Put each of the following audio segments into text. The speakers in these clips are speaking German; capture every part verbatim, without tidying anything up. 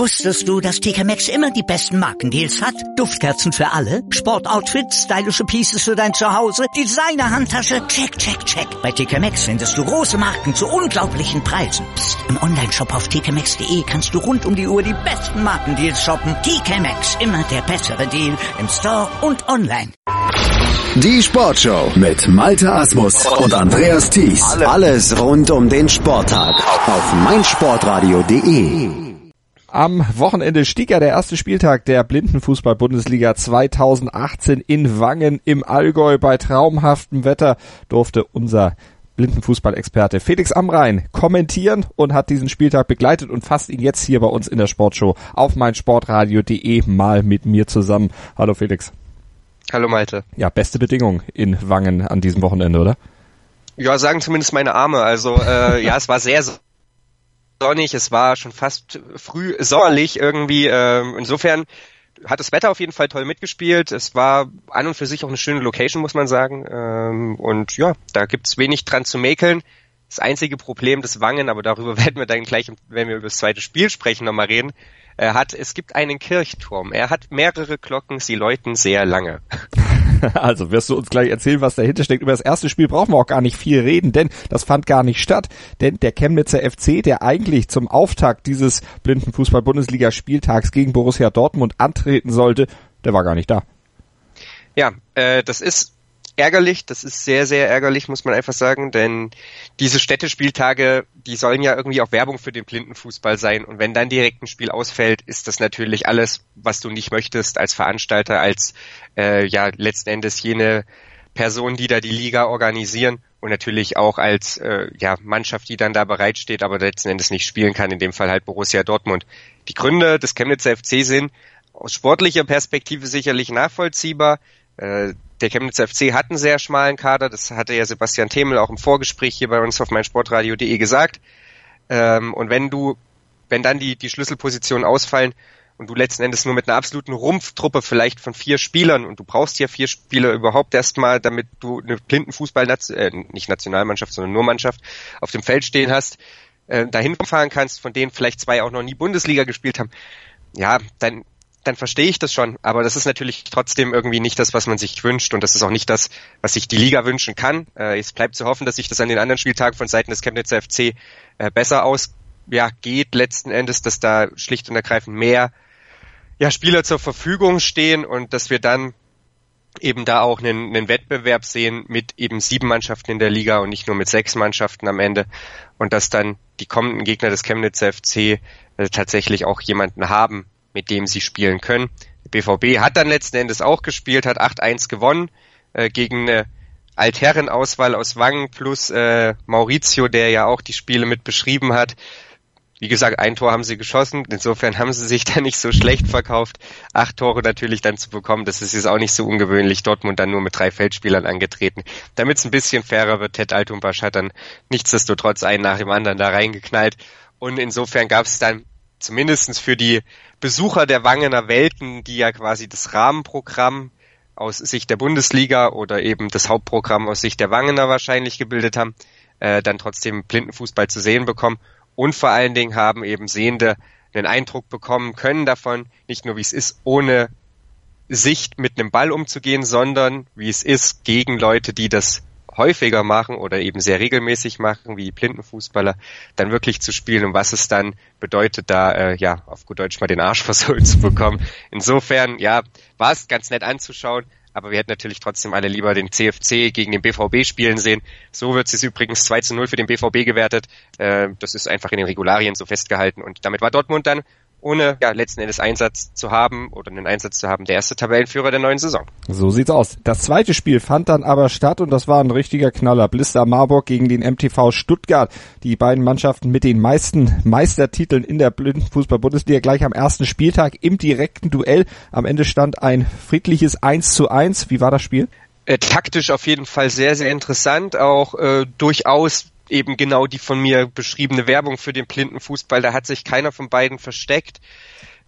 Wusstest du, dass T K Maxx immer die besten Markendeals hat? Duftkerzen für alle, Sportoutfits, stylische Pieces für dein Zuhause, Designer-Handtasche, check, check, check. Bei T K Maxx findest du große Marken zu unglaublichen Preisen. Psst. Im Onlineshop auf t k maxx punkt d e kannst du rund um die Uhr die besten Markendeals shoppen. T K Maxx, immer der bessere Deal im Store und online. Die Sportshow mit Malte Asmus und Andreas Thies. Alles rund um den Sporttag auf meinsportradio punkt de. Am Wochenende stieg ja der erste Spieltag der Blindenfußball-Bundesliga zweitausendachtzehn in Wangen im Allgäu. Bei traumhaftem Wetter durfte unser Blindenfußball-Experte Felix Amrain kommentieren und hat diesen Spieltag begleitet und fasst ihn jetzt hier bei uns in der Sportshow auf meinsportradio punkt de mal mit mir zusammen. Hallo Felix. Hallo Malte. Ja, beste Bedingungen in Wangen an diesem Wochenende, oder? Ja, sagen zumindest meine Arme. Also äh, ja, es war sehr sonnig, es war schon fast früh sommerlich irgendwie. Äh, insofern hat das Wetter auf jeden Fall toll mitgespielt. Es war an und für sich auch eine schöne Location, muss man sagen. Ähm, und ja, da gibt's wenig dran zu mäkeln. Das einzige Problem des Wangen, aber darüber werden wir dann gleich, wenn wir über das zweite Spiel sprechen, nochmal reden, äh, hat, es gibt einen Kirchturm. Er hat mehrere Glocken, sie läuten sehr lange. Also wirst du uns gleich erzählen, was dahinter steckt. Über das erste Spiel brauchen wir auch gar nicht viel reden, denn das fand gar nicht statt. Denn der Chemnitzer F C, der eigentlich zum Auftakt dieses Blindenfußball-Bundesliga-Spieltags gegen Borussia Dortmund antreten sollte, der war gar nicht da. Ja, äh, das ist ärgerlich, das ist sehr, sehr ärgerlich, muss man einfach sagen, denn diese Städtespieltage, die sollen ja irgendwie auch Werbung für den Blindenfußball sein, und wenn dann direkt ein Spiel ausfällt, ist das natürlich alles, was du nicht möchtest als Veranstalter, als äh, ja letzten Endes jene Personen, die da die Liga organisieren, und natürlich auch als äh, ja Mannschaft, die dann da bereitsteht, aber letzten Endes nicht spielen kann, in dem Fall halt Borussia Dortmund. Die Gründe des Chemnitzer F C sind aus sportlicher Perspektive sicherlich nachvollziehbar. Äh, Der Chemnitzer F C hat einen sehr schmalen Kader, das hatte ja Sebastian Themel auch im Vorgespräch hier bei uns auf meinsportradio punkt de gesagt. Ähm, und wenn du, wenn dann die, die Schlüsselpositionen ausfallen und du letzten Endes nur mit einer absoluten Rumpftruppe vielleicht von vier Spielern, und du brauchst ja vier Spieler überhaupt erstmal, damit du eine Blindenfußball, äh, nicht Nationalmannschaft, sondern nur Mannschaft auf dem Feld stehen hast, äh, dahin fahren kannst, von denen vielleicht zwei auch noch nie Bundesliga gespielt haben, ja, dann dann verstehe ich das schon, aber das ist natürlich trotzdem irgendwie nicht das, was man sich wünscht, und das ist auch nicht das, was sich die Liga wünschen kann. Äh, es bleibt zu hoffen, dass sich das an den anderen Spieltagen von Seiten des Chemnitzer F C äh, besser aus, ja, geht letzten Endes, dass da schlicht und ergreifend mehr ja, Spieler zur Verfügung stehen und dass wir dann eben da auch einen, einen Wettbewerb sehen mit eben sieben Mannschaften in der Liga und nicht nur mit sechs Mannschaften am Ende, und dass dann die kommenden Gegner des Chemnitzer F C äh, tatsächlich auch jemanden haben, mit dem sie spielen können. Der B V B hat dann letzten Endes auch gespielt, hat acht eins gewonnen äh, gegen eine Altherrenauswahl aus Wangen plus äh, Maurizio, der ja auch die Spiele mit beschrieben hat. Wie gesagt, ein Tor haben sie geschossen, insofern haben sie sich da nicht so schlecht verkauft. Acht Tore natürlich dann zu bekommen, das ist jetzt auch nicht so ungewöhnlich. Dortmund dann nur mit drei Feldspielern angetreten. Damit es ein bisschen fairer wird, Ted Altumbasch hat dann nichtsdestotrotz einen nach dem anderen da reingeknallt. Und insofern gab es dann zumindestens für die Besucher der Wangener Welten, die ja quasi das Rahmenprogramm aus Sicht der Bundesliga oder eben das Hauptprogramm aus Sicht der Wangener wahrscheinlich gebildet haben, äh, dann trotzdem Blindenfußball zu sehen bekommen. Und vor allen Dingen haben eben Sehende einen Eindruck bekommen können davon, nicht nur wie es ist, ohne Sicht mit einem Ball umzugehen, sondern wie es ist, gegen Leute, die das häufiger machen oder eben sehr regelmäßig machen, wie Blindenfußballer, dann wirklich zu spielen und was es dann bedeutet, da äh, ja auf gut Deutsch mal den Arsch versohlt zu bekommen. Insofern, ja, war es ganz nett anzuschauen, aber wir hätten natürlich trotzdem alle lieber den C F C gegen den B V B spielen sehen. So wird es übrigens zwei zu null für den B V B gewertet. Äh, das ist einfach in den Regularien so festgehalten, und damit war Dortmund dann, ohne ja letzten Endes Einsatz zu haben oder einen Einsatz zu haben, der erste Tabellenführer der neuen Saison. So sieht's aus. Das zweite Spiel fand dann aber statt, und das war ein richtiger Knaller. Blister Marburg gegen den M T V Stuttgart. Die beiden Mannschaften mit den meisten Meistertiteln in der Blindenfußball-Bundesliga gleich am ersten Spieltag im direkten Duell. Am Ende stand ein friedliches eins zu eins. Wie war das Spiel? Äh, taktisch auf jeden Fall sehr, sehr interessant. Auch äh, durchaus eben genau die von mir beschriebene Werbung für den Blindenfußball, da hat sich keiner von beiden versteckt.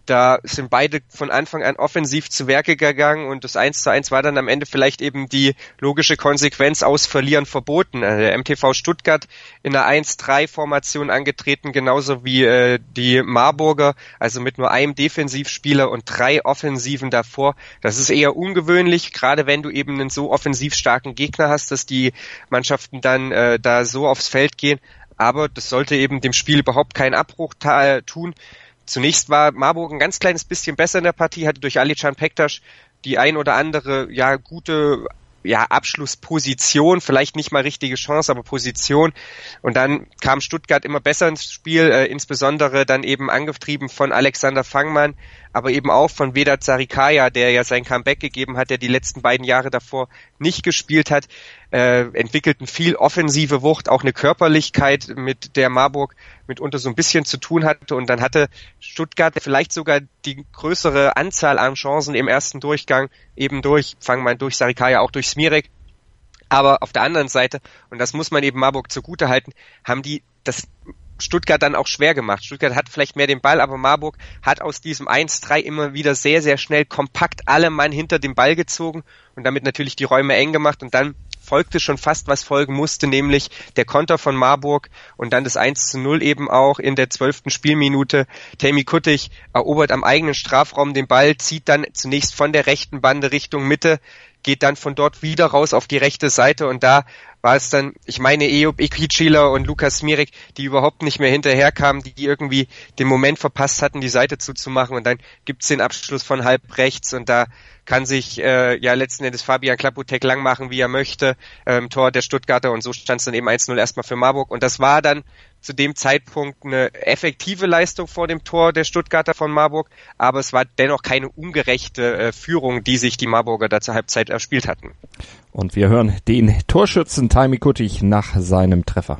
Da sind beide von Anfang an offensiv zu Werke gegangen und das eins zu eins war dann am Ende vielleicht eben die logische Konsequenz aus Verlieren verboten. Der M T V Stuttgart in einer eins drei Formation angetreten, genauso wie äh, die Marburger, also mit nur einem Defensivspieler und drei Offensiven davor. Das ist eher ungewöhnlich, gerade wenn du eben einen so offensiv starken Gegner hast, dass die Mannschaften dann äh, da so aufs Feld gehen. Aber das sollte eben dem Spiel überhaupt keinen Abbruch ta- tun. Zunächst war Marburg ein ganz kleines bisschen besser in der Partie, hatte durch Alican Pektas die ein oder andere ja gute ja Abschlussposition, vielleicht nicht mal richtige Chance, aber Position. Und dann kam Stuttgart immer besser ins Spiel, äh, insbesondere dann eben angetrieben von Alexander Fangmann, aber eben auch von Vedat Sarikaya, der ja sein Comeback gegeben hat, der die letzten beiden Jahre davor nicht gespielt hat, äh, entwickelten viel offensive Wucht, auch eine Körperlichkeit, mit der Marburg mitunter so ein bisschen zu tun hatte. Und dann hatte Stuttgart vielleicht sogar die größere Anzahl an Chancen im ersten Durchgang, eben durch Fangmann, durch Sarikaya, auch durch Smirek. Aber auf der anderen Seite, und das muss man eben Marburg zugutehalten, haben die das Stuttgart dann auch schwer gemacht. Stuttgart hat vielleicht mehr den Ball, aber Marburg hat aus diesem eins drei immer wieder sehr, sehr schnell kompakt alle Mann hinter den Ball gezogen und damit natürlich die Räume eng gemacht und dann folgte schon fast, was folgen musste, nämlich der Konter von Marburg und dann das eins zu null eben auch in der zwölften Spielminute. Tammy Kuttig erobert am eigenen Strafraum den Ball, zieht dann zunächst von der rechten Bande Richtung Mitte, geht dann von dort wieder raus auf die rechte Seite und da war es dann, ich meine, Eyüp Ekicila und Lukas Smirek, die überhaupt nicht mehr hinterherkamen, die irgendwie den Moment verpasst hatten, die Seite zuzumachen und dann gibt's den Abschluss von halb rechts und da kann sich äh, ja letzten Endes Fabian Klapotek lang machen, wie er möchte, ähm, Tor der Stuttgarter und so stand es dann eben eins null erstmal für Marburg und das war dann zu dem Zeitpunkt eine effektive Leistung vor dem Tor der Stuttgarter von Marburg, aber es war dennoch keine ungerechte äh, Führung, die sich die Marburger da zur Halbzeit erspielt hatten. Und wir hören den Torschützen Tammy Kuttig nach seinem Treffer.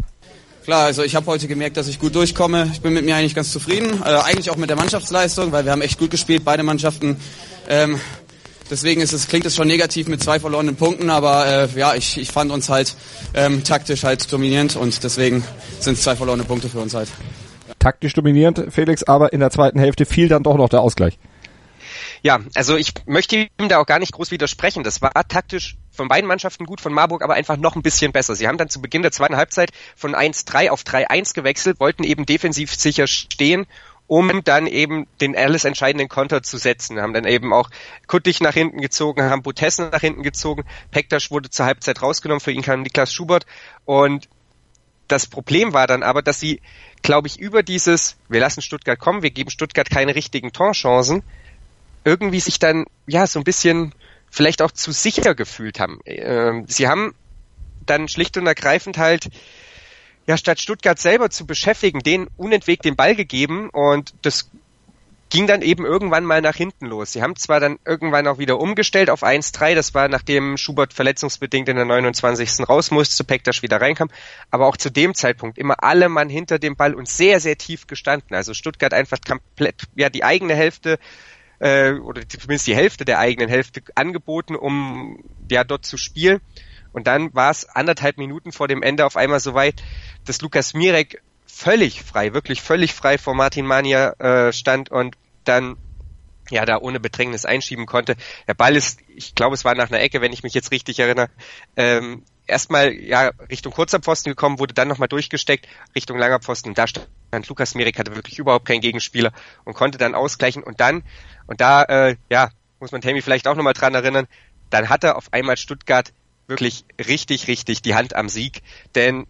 Klar, also ich habe heute gemerkt, dass ich gut durchkomme. Ich bin mit mir eigentlich ganz zufrieden, äh, eigentlich auch mit der Mannschaftsleistung, weil wir haben echt gut gespielt, beide Mannschaften. Ähm, deswegen ist es, klingt es schon negativ mit zwei verlorenen Punkten, aber äh, ja, ich, ich fand uns halt ähm, taktisch halt dominierend und deswegen sind es zwei verlorene Punkte für uns halt. Ja. Taktisch dominierend, Felix, aber in der zweiten Hälfte fiel dann doch noch der Ausgleich. Ja, also ich möchte ihm da auch gar nicht groß widersprechen. Das war taktisch von beiden Mannschaften gut, von Marburg aber einfach noch ein bisschen besser. Sie haben dann zu Beginn der zweiten Halbzeit von eins drei auf drei eins gewechselt, wollten eben defensiv sicher stehen, um dann eben den alles entscheidenden Konter zu setzen. Haben dann eben auch Kuttig nach hinten gezogen, haben Butessen nach hinten gezogen, Pektas wurde zur Halbzeit rausgenommen, für ihn kam Niklas Schubert und das Problem war dann aber, dass sie, glaube ich, über dieses, wir lassen Stuttgart kommen, wir geben Stuttgart keine richtigen Torchancen, irgendwie sich dann, ja, so ein bisschen vielleicht auch zu sicher gefühlt haben. Ähm, sie haben dann schlicht und ergreifend halt, ja, statt Stuttgart selber zu beschäftigen, denen unentwegt den Ball gegeben und das ging dann eben irgendwann mal nach hinten los. Sie haben zwar dann irgendwann auch wieder umgestellt auf eins drei, das war nachdem Schubert verletzungsbedingt in der neunundzwanzigsten raus musste, Pektas wieder reinkam, aber auch zu dem Zeitpunkt immer alle Mann hinter dem Ball und sehr, sehr tief gestanden. Also Stuttgart einfach komplett, ja, die eigene Hälfte oder zumindest die Hälfte der eigenen Hälfte angeboten, um ja dort zu spielen. Und dann war es anderthalb Minuten vor dem Ende auf einmal soweit, dass Lukas Smirek völlig frei, wirklich völlig frei vor Martin Mania äh, stand und dann ja da ohne Bedrängnis einschieben konnte. Der Ball ist, ich glaube, es war nach einer Ecke, wenn ich mich jetzt richtig erinnere, ähm, erstmal ja Richtung kurzer Pfosten gekommen, wurde dann nochmal durchgesteckt Richtung langer Pfosten und da stand Lukas Smirek, hatte wirklich überhaupt keinen Gegenspieler und konnte dann ausgleichen und dann, und da äh, ja muss man Tammy vielleicht auch nochmal dran erinnern, dann hatte auf einmal Stuttgart wirklich richtig, richtig die Hand am Sieg, denn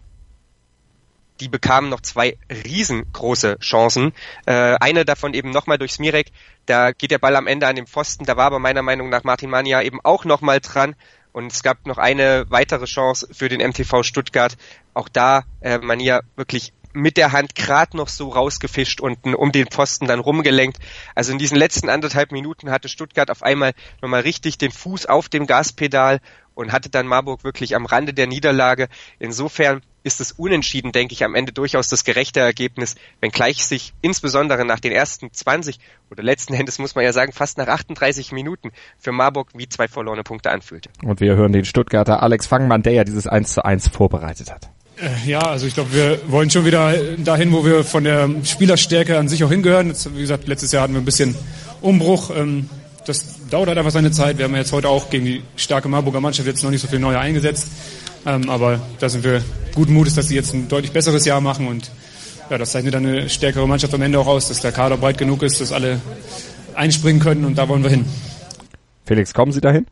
die bekamen noch zwei riesengroße Chancen. Äh, eine davon eben nochmal durch Smirek, da geht der Ball am Ende an den Pfosten, da war aber meiner Meinung nach Martin Mania eben auch nochmal dran. Und es gab noch eine weitere Chance für den M T V Stuttgart. Auch da äh, Mania wirklich mit der Hand gerade noch so rausgefischt und um den Pfosten dann rumgelenkt. Also in diesen letzten anderthalb Minuten hatte Stuttgart auf einmal nochmal richtig den Fuß auf dem Gaspedal und hatte dann Marburg wirklich am Rande der Niederlage. Insofern ist es unentschieden, denke ich, am Ende durchaus das gerechte Ergebnis, wenngleich sich insbesondere nach den ersten zwanzig oder letzten Endes muss man ja sagen, fast nach achtunddreißig Minuten für Marburg wie zwei verlorene Punkte anfühlte. Und wir hören den Stuttgarter Alex Fangmann, der ja dieses eins zu eins vorbereitet hat. Ja, also ich glaube, wir wollen schon wieder dahin, wo wir von der Spielerstärke an sich auch hingehören. Jetzt, wie gesagt, letztes Jahr hatten wir ein bisschen Umbruch. Das dauert halt einfach seine Zeit. Wir haben jetzt heute auch gegen die starke Marburger Mannschaft jetzt noch nicht so viel Neue eingesetzt. Aber da sind wir guten Mutes, dass sie jetzt ein deutlich besseres Jahr machen. Und ja, das zeichnet dann eine stärkere Mannschaft am Ende auch aus, dass der Kader breit genug ist, dass alle einspringen können. Und da wollen wir hin. Felix, kommen Sie dahin?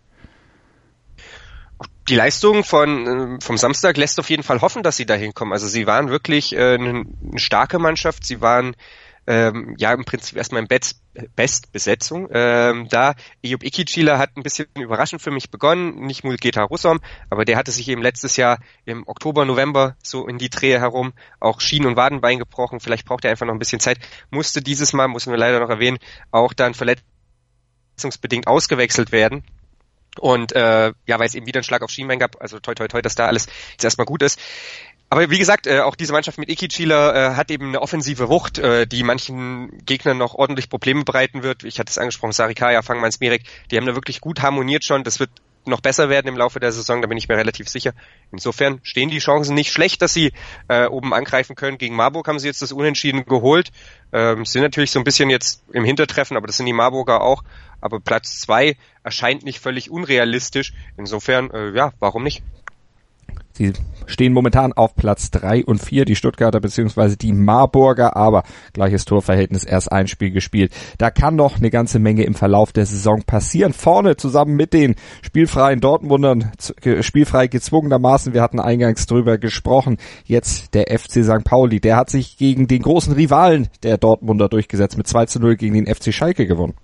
Die Leistung von vom Samstag lässt auf jeden Fall hoffen, dass sie da hinkommen. Also sie waren wirklich äh, eine, eine starke Mannschaft. Sie waren ähm, ja im Prinzip erstmal in Best, Bestbesetzung. Ähm, da Eyüp İkicila hat ein bisschen überraschend für mich begonnen, nicht Mulgeta Russom, aber der hatte sich eben letztes Jahr im Oktober, November so in die Drehe herum auch Schien- und Wadenbein gebrochen. Vielleicht braucht er einfach noch ein bisschen Zeit. Musste dieses Mal, müssen wir leider noch erwähnen, auch dann verletzungsbedingt ausgewechselt werden. Und äh, ja, weil es eben wieder einen Schlag auf Schienbein gab, also toi toi toi, dass da alles jetzt erstmal gut ist. Aber wie gesagt, äh, auch diese Mannschaft mit İkicila äh, hat eben eine offensive Wucht, äh, die manchen Gegnern noch ordentlich Probleme bereiten wird. Ich hatte es angesprochen, Sarikaya, Fangmann, Smirek, die haben da wirklich gut harmoniert schon. Das wird noch besser werden im Laufe der Saison, da bin ich mir relativ sicher. Insofern stehen die Chancen nicht schlecht, dass sie äh, oben angreifen können. Gegen Marburg haben sie jetzt das Unentschieden geholt. Ähm, sind natürlich so ein bisschen jetzt im Hintertreffen, aber das sind die Marburger auch. Aber Platz zwei erscheint nicht völlig unrealistisch. Insofern, äh, ja, warum nicht? Sie stehen momentan auf Platz drei und vier, die Stuttgarter bzw. die Marburger, aber gleiches Torverhältnis, erst ein Spiel gespielt. Da kann noch eine ganze Menge im Verlauf der Saison passieren. Vorne zusammen mit den spielfreien Dortmundern, spielfrei gezwungenermaßen, wir hatten eingangs drüber gesprochen, jetzt der F C Sankt Pauli, der hat sich gegen den großen Rivalen der Dortmunder durchgesetzt, mit zwei zu null gegen den F C Schalke gewonnen.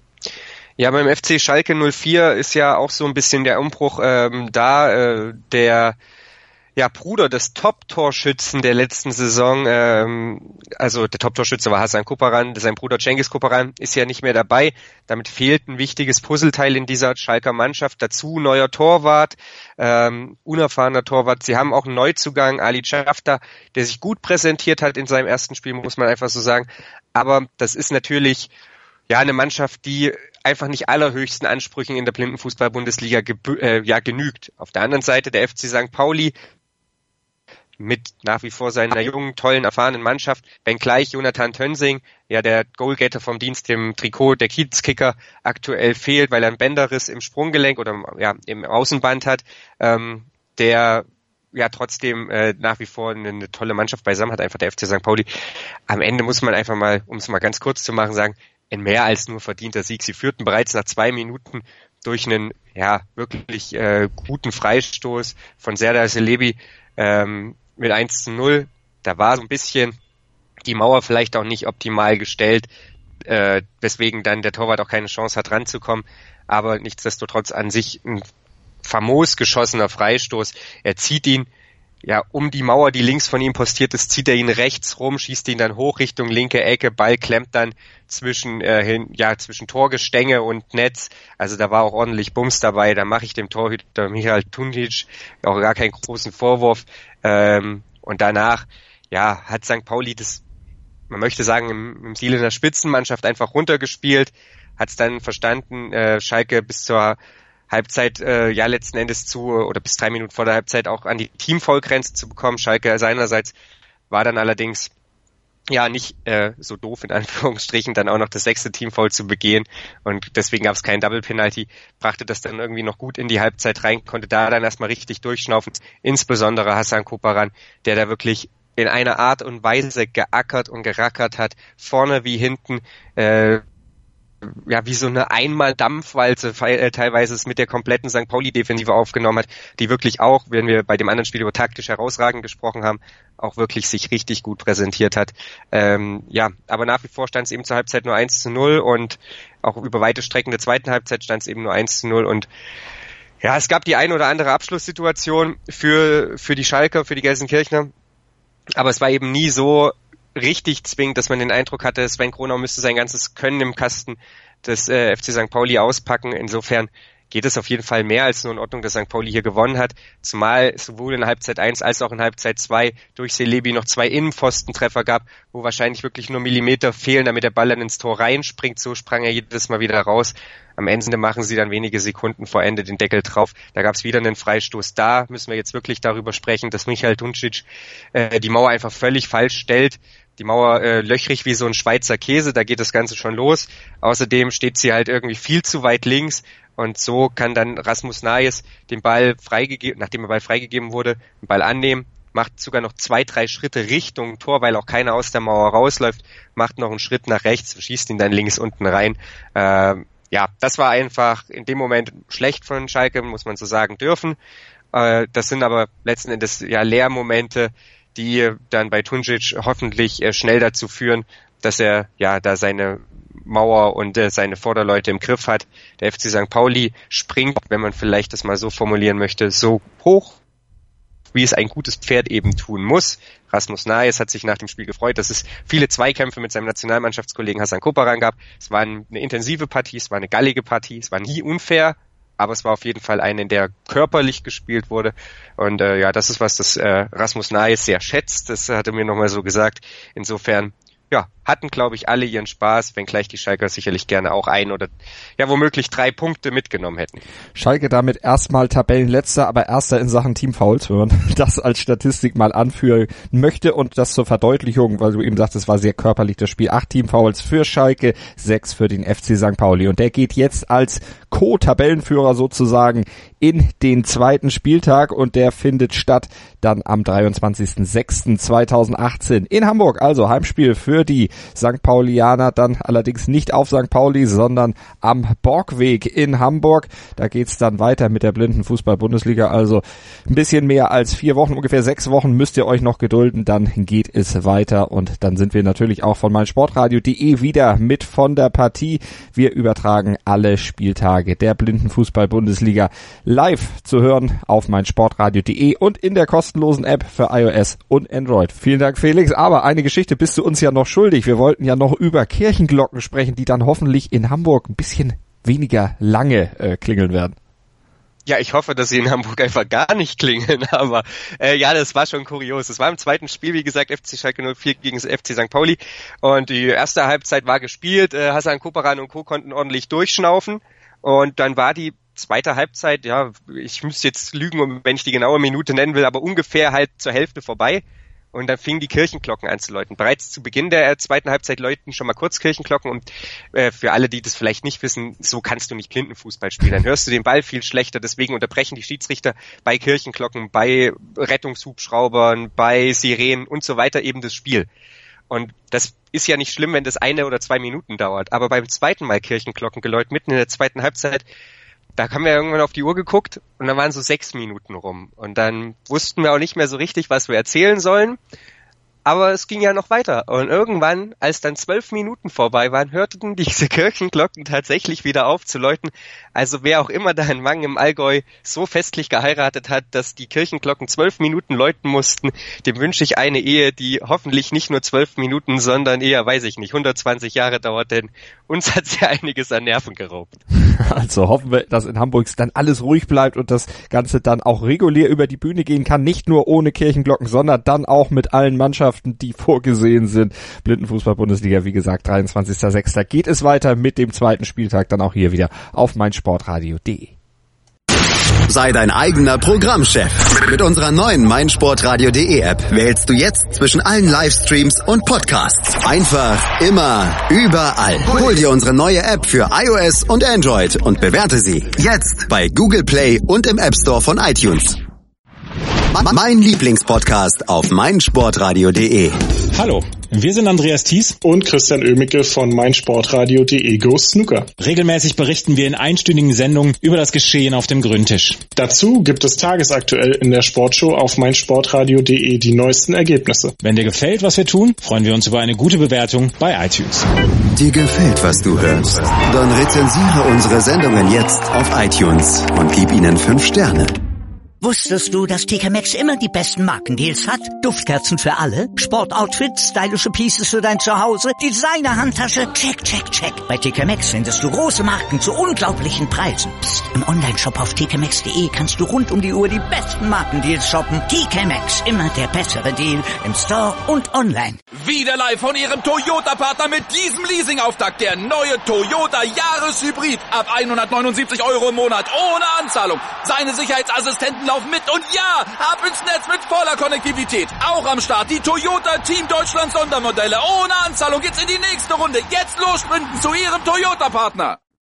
Ja, beim F C Schalke null vier ist ja auch so ein bisschen der Umbruch ähm, da, äh, der ja, Bruder des Top-Torschützen der letzten Saison, ähm, also der Top-Torschütze war Hasan Kuparan, sein Bruder Cengiz Kuparan ist ja nicht mehr dabei. Damit fehlt ein wichtiges Puzzleteil in dieser Schalker Mannschaft. Dazu neuer Torwart, ähm, unerfahrener Torwart. Sie haben auch einen Neuzugang, Ali Chafta, der sich gut präsentiert hat in seinem ersten Spiel, muss man einfach so sagen. Aber das ist natürlich ja eine Mannschaft, die einfach nicht allerhöchsten Ansprüchen in der Blindenfußball-Bundesliga gebü- äh, ja, genügt. Auf der anderen Seite der F C Sankt Pauli mit nach wie vor seiner jungen, tollen, erfahrenen Mannschaft, wenngleich Jonathan Tönsing, ja der Goalgetter vom Dienst im Trikot der Kiezkicker aktuell fehlt, weil er einen Bänderriss im Sprunggelenk oder ja im Außenband hat, ähm, der ja trotzdem äh, nach wie vor eine, eine tolle Mannschaft beisammen hat, einfach der F C Sankt Pauli. Am Ende muss man einfach mal, um es mal ganz kurz zu machen, sagen, ein mehr als nur verdienter Sieg. Sie führten bereits nach zwei Minuten durch einen ja wirklich äh, guten Freistoß von Serdar Celebi ähm, mit eins zu null. Da war so ein bisschen die Mauer vielleicht auch nicht optimal gestellt, äh, weswegen dann der Torwart auch keine Chance hat ranzukommen. Aber nichtsdestotrotz an sich ein famos geschossener Freistoß. Er zieht ihn ja um die Mauer, die links von ihm postiert ist, zieht er ihn rechts rum, schießt ihn dann hoch Richtung linke Ecke, Ball klemmt dann zwischen äh, hin, ja zwischen Torgestänge und Netz. Also da war auch ordentlich Bums dabei. Da mache ich dem Torhüter Michael Tundic auch gar keinen großen Vorwurf. Ähm, und danach ja hat Sankt Pauli das, man möchte sagen, im, im Stil einer Spitzenmannschaft einfach runtergespielt, hat es dann verstanden, äh, Schalke bis zur Halbzeit äh, ja letzten Endes zu oder bis drei Minuten vor der Halbzeit auch an die Teamfoulgrenze zu bekommen. Schalke seinerseits war dann allerdings ja nicht äh, so doof in Anführungsstrichen, dann auch noch das sechste Teamfoul zu begehen und deswegen gab es keinen Double Penalty, brachte das dann irgendwie noch gut in die Halbzeit rein, konnte da dann erstmal richtig durchschnaufen, insbesondere Hasan Kuparan, der da wirklich in einer Art und Weise geackert und gerackert hat, vorne wie hinten, äh, ja, wie so eine Einmal-Dampfwalze äh, teilweise es mit der kompletten Sankt Pauli-Defensive aufgenommen hat, die wirklich auch, wenn wir bei dem anderen Spiel über taktisch herausragend gesprochen haben, auch wirklich sich richtig gut präsentiert hat. Ähm, ja, aber nach wie vor stand es eben zur Halbzeit nur eins zu null und auch über weite Strecken der zweiten Halbzeit stand es eben nur eins zu null und ja, es gab die ein oder andere Abschlusssituation für, für die Schalker, für die Gelsenkirchner, aber es war eben nie so richtig zwingend, dass man den Eindruck hatte, Sven Kronau müsste sein ganzes Können im Kasten des äh, F C Sankt Pauli auspacken. Insofern, geht es auf jeden Fall mehr als nur in Ordnung, dass Sankt Pauli hier gewonnen hat, zumal sowohl in Halbzeit eins als auch in Halbzeit zwei durch Celebi noch zwei Innenpfostentreffer gab, wo wahrscheinlich wirklich nur Millimeter fehlen, damit der Ball dann ins Tor reinspringt, so sprang er jedes Mal wieder raus. Am Ende machen sie dann wenige Sekunden vor Ende den Deckel drauf. Da gab es wieder einen Freistoß. Da müssen wir jetzt wirklich darüber sprechen, dass Michael Tuncic äh, die Mauer einfach völlig falsch stellt. Die Mauer äh, löchrig wie so ein Schweizer Käse, da geht das Ganze schon los. Außerdem steht sie halt irgendwie viel zu weit links und so kann dann Rasmus Nayes den Ball freigegeben, nachdem der Ball freigegeben wurde, den Ball annehmen, macht sogar noch zwei, drei Schritte Richtung Tor, weil auch keiner aus der Mauer rausläuft, macht noch einen Schritt nach rechts, schießt ihn dann links unten rein. Ähm, ja, das war einfach in dem Moment schlecht von Schalke, muss man so sagen dürfen. Äh, das sind aber letzten Endes ja Lehrmomente, die dann bei Tuncic hoffentlich äh, schnell dazu führen, dass er ja da seine Mauer und äh, seine Vorderleute im Griff hat. Der F C Sankt Pauli springt, wenn man vielleicht das mal so formulieren möchte, so hoch, wie es ein gutes Pferd eben tun muss. Rasmus Nayes hat sich nach dem Spiel gefreut, dass es viele Zweikämpfe mit seinem Nationalmannschaftskollegen Hasan Koparan gab. Es war eine intensive Partie, es war eine gallige Partie, es war nie unfair, aber es war auf jeden Fall eine, in der körperlich gespielt wurde. Und äh, ja, das ist was, das äh, Rasmus Nayes sehr schätzt. Das hat er mir nochmal so gesagt. Insofern, ja, hatten, glaube ich, alle ihren Spaß, wenngleich die Schalker sicherlich gerne auch ein oder ja womöglich drei Punkte mitgenommen hätten. Schalke damit erstmal Tabellenletzter, aber Erster in Sachen Teamfouls, wenn man das als Statistik mal anführen möchte und das zur Verdeutlichung, weil du eben sagst, es war sehr körperlich das Spiel. Acht Teamfouls für Schalke, sechs für den F C Sankt Pauli und der geht jetzt als Co-Tabellenführer sozusagen in den zweiten Spieltag und der findet statt dann am dreiundzwanzigsten sechsten zweitausendachtzehn in Hamburg. Also Heimspiel für die Sankt Paulianer, dann allerdings nicht auf Sankt Pauli, sondern am Borgweg in Hamburg. Da geht's dann weiter mit der Blindenfußball-Bundesliga. Also ein bisschen mehr als vier Wochen, ungefähr sechs Wochen müsst ihr euch noch gedulden. Dann geht es weiter und dann sind wir natürlich auch von meinsportradio punkt de wieder mit von der Partie. Wir übertragen alle Spieltage der Blindenfußball-Bundesliga live zu hören auf meinsportradio punkt de und in der kostenlosen App für iOS und Android. Vielen Dank, Felix. Aber eine Geschichte bist du uns ja noch schuldig. Wir wollten ja noch über Kirchenglocken sprechen, die dann hoffentlich in Hamburg ein bisschen weniger lange äh, klingeln werden. Ja, ich hoffe, dass sie in Hamburg einfach gar nicht klingeln, aber äh, ja, das war schon kurios. Es war im zweiten Spiel, wie gesagt, F C Schalke null vier gegen F C Sankt Pauli und die erste Halbzeit war gespielt. Äh, Hasan Koparan und Co. konnten ordentlich durchschnaufen und dann war die zweite Halbzeit, ja, ich müsste jetzt lügen, wenn ich die genaue Minute nennen will, aber ungefähr halt zur Hälfte vorbei. Und dann fingen die Kirchenglocken an zu läuten. Bereits zu Beginn der zweiten Halbzeit läuten schon mal kurz Kirchenglocken und äh, für alle, die das vielleicht nicht wissen, so kannst du nicht Blindenfußball spielen. Dann hörst du den Ball viel schlechter, deswegen unterbrechen die Schiedsrichter bei Kirchenglocken, bei Rettungshubschraubern, bei Sirenen und so weiter eben das Spiel. Und das ist ja nicht schlimm, wenn das eine oder zwei Minuten dauert. Aber beim zweiten Mal Kirchenglockengeläut mitten in der zweiten Halbzeit, da haben wir irgendwann auf die Uhr geguckt und dann waren so sechs Minuten rum. Und dann wussten wir auch nicht mehr so richtig, was wir erzählen sollen. Aber es ging ja noch weiter. Und irgendwann, als dann zwölf Minuten vorbei waren, hörten diese Kirchenglocken tatsächlich wieder auf zu läuten. Also wer auch immer da in Wangen im Allgäu so festlich geheiratet hat, dass die Kirchenglocken zwölf Minuten läuten mussten, dem wünsche ich eine Ehe, die hoffentlich nicht nur zwölf Minuten, sondern eher, weiß ich nicht, hundertzwanzig Jahre dauert, denn uns hat ja einiges an Nerven geraubt. Also hoffen wir, dass in Hamburg dann alles ruhig bleibt und das Ganze dann auch regulär über die Bühne gehen kann. Nicht nur ohne Kirchenglocken, sondern dann auch mit allen Mannschaften, die vorgesehen sind. Blindenfußball-Bundesliga, wie gesagt, dreiundzwanzigster sechster geht es weiter mit dem zweiten Spieltag, dann auch hier wieder auf meinsportradio punkt de. Sei dein eigener Programmchef. Mit unserer neuen meinsportradio punkt de App wählst du jetzt zwischen allen Livestreams und Podcasts. Einfach, immer, überall. Hol dir unsere neue App für iOS und Android und bewerte sie jetzt bei Google Play und im App Store von iTunes. Mein Lieblingspodcast auf meinsportradio punkt de. Hallo, wir sind Andreas Thies und Christian Oemicke von meinsportradio punkt de Go Snooker. Regelmäßig berichten wir in einstündigen Sendungen über das Geschehen auf dem Grüntisch. Dazu gibt es tagesaktuell in der Sportshow auf meinsportradio punkt de die neuesten Ergebnisse. Wenn dir gefällt, was wir tun, freuen wir uns über eine gute Bewertung bei iTunes. Dir gefällt, was du hörst? Dann rezensiere unsere Sendungen jetzt auf iTunes und gib ihnen fünf Sterne. Wusstest du, dass T K Maxx immer die besten Markendeals hat? Duftkerzen für alle, Sportoutfits, stylische Pieces für dein Zuhause, Designer-Handtasche, check, check, check. Bei T K Maxx findest du große Marken zu unglaublichen Preisen. Psst. Im Onlineshop auf t k maxx punkt d e kannst du rund um die Uhr die besten Markendeals shoppen. T K Maxx, immer der bessere Deal im Store und online. Wieder live von Ihrem Toyota-Partner mit diesem Leasing-Auftakt. Der neue Toyota Jahreshybrid. Ab hundertneunundsiebzig Euro im Monat ohne Anzahlung. Seine Sicherheitsassistenten laufen mit und ja, ab ins Netz mit voller Konnektivität. Auch am Start die Toyota Team Deutschland Sondermodelle. Ohne Anzahlung geht's in die nächste Runde. Jetzt los sprinten zu Ihrem Toyota-Partner.